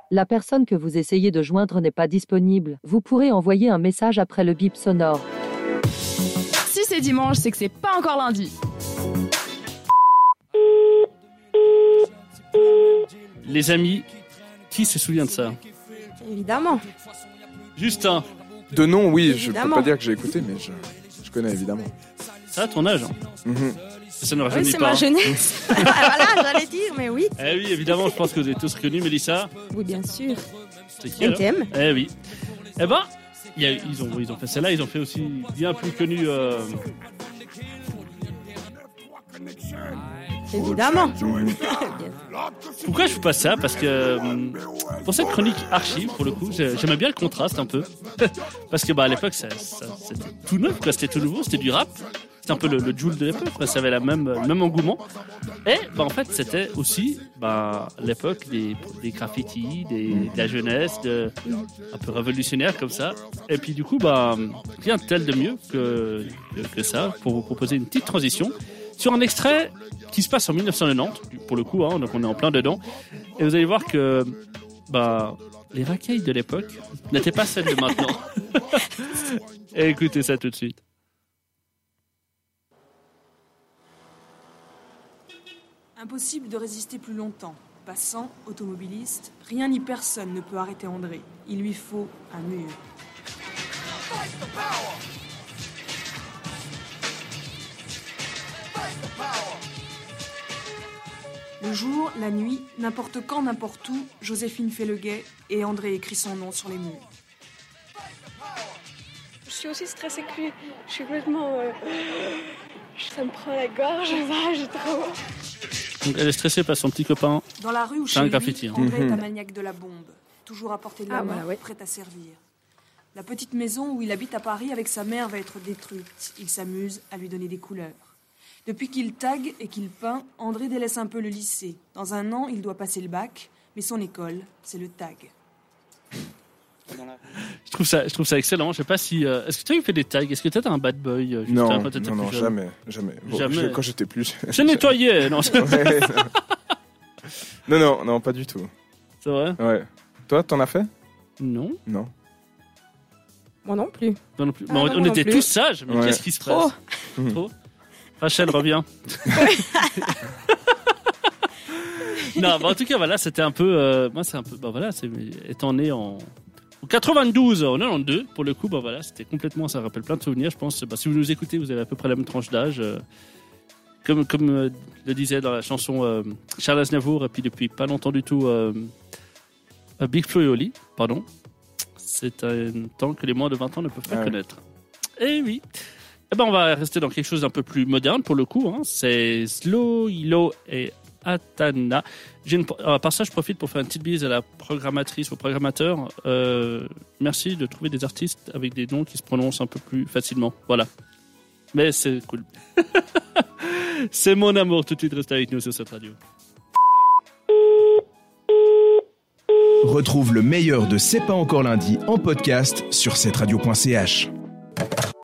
La personne que vous essayez de joindre n'est pas disponible. Vous pourrez envoyer un message après le bip sonore. Si c'est dimanche, c'est que c'est pas encore lundi. Les amis, qui se souvient de ça? Évidemment. Justin. De nom, oui, je Évidemment. peux pas dire que j'ai écouté, mais je connais évidemment. Ça, à ton âge. Ça n'aurait Oui, jamais c'est pas. ma jeunesse. Voilà, j'allais dire, mais oui. Eh oui, évidemment, je pense que vous avez tous reconnu Mélissa. Oui, bien sûr. C'est qui alors? NTM. Eh oui. Eh ben, ils ont fait celle-là, ils ont fait aussi bien plus connu. Évidemment. Pourquoi je vous passe ça? Parce que pour cette chronique archive, pour le coup, j'aimais bien le contraste un peu. Parce que à l'époque, c'était tout neuf, quoi. C'était tout nouveau, c'était du rap. C'était un peu le Jul de l'époque, quoi. Ça avait le même engouement. Et en fait, c'était aussi l'époque des graffitis, de la jeunesse, un peu révolutionnaire comme ça. Et puis du coup, rien de tel de mieux que ça pour vous proposer une petite transition sur un extrait qui se passe en 1990, pour le coup, donc on est en plein dedans. Et vous allez voir que les racailles de l'époque n'étaient pas celles de maintenant. Et écoutez ça tout de suite. Impossible de résister plus longtemps. Passant, automobiliste, rien ni personne ne peut arrêter André. Il lui faut un mur. Le jour, la nuit, n'importe quand, n'importe où, Joséphine fait le guet et André écrit son nom sur les murs. Je suis aussi stressée que lui. Je suis complètement... Ça me prend la gorge, j'ai trop... Donc elle est stressée par son petit copain. Dans la rue où C'est chez un lui, graffiti. André est un maniaque de la bombe, toujours à portée de la main, voilà, ouais. prêt à servir. La petite maison où il habite à Paris avec sa mère va être détruite. Il s'amuse à lui donner des couleurs. Depuis qu'il tague et qu'il peint, André délaisse un peu le lycée. Dans un an, il doit passer le bac, mais son école, c'est le tag. Je trouve ça excellent. Je sais pas si. Est-ce que tu as fait des tags? Est-ce que tu étais un bad boy? Justin, Non, quand t'étais non, plus jeune? jamais. Bon, Jamais. Quand j'étais plus... Je nettoyais, non? Ouais, non, pas du tout. C'est vrai? Ouais. Toi, t'en as fait? Non. Non. Moi non plus. Moi non plus. Ah, Mais non, on moi était non plus. tous sages, mais Ouais. qu'est-ce qui se passe? Trop. Rachel, reviens. Non, en tout cas, voilà, c'était un peu. Moi, c'est un peu. Étant né en 92, en 92, pour le coup, voilà, c'était complètement. Ça rappelle plein de souvenirs, je pense. Si vous nous écoutez, vous avez à peu près la même tranche d'âge. Comme le disait dans la chanson Charles Aznavour, et puis depuis pas longtemps du tout, Big Flo et Oli, pardon. C'est un temps que les moins de 20 ans ne peuvent pas connaître. Et oui. On va rester dans quelque chose d'un peu plus moderne pour le coup. C'est Slow Ilo et Atana. À part ça, je profite pour faire une petite bise à la programmatrice, au programmateur. Merci de trouver des artistes avec des noms qui se prononcent un peu plus facilement. Voilà. Mais c'est cool. C'est mon amour. Tout de suite, restez avec nous sur cette radio. Retrouve le meilleur de C'est pas encore lundi en podcast sur cetteradio.ch.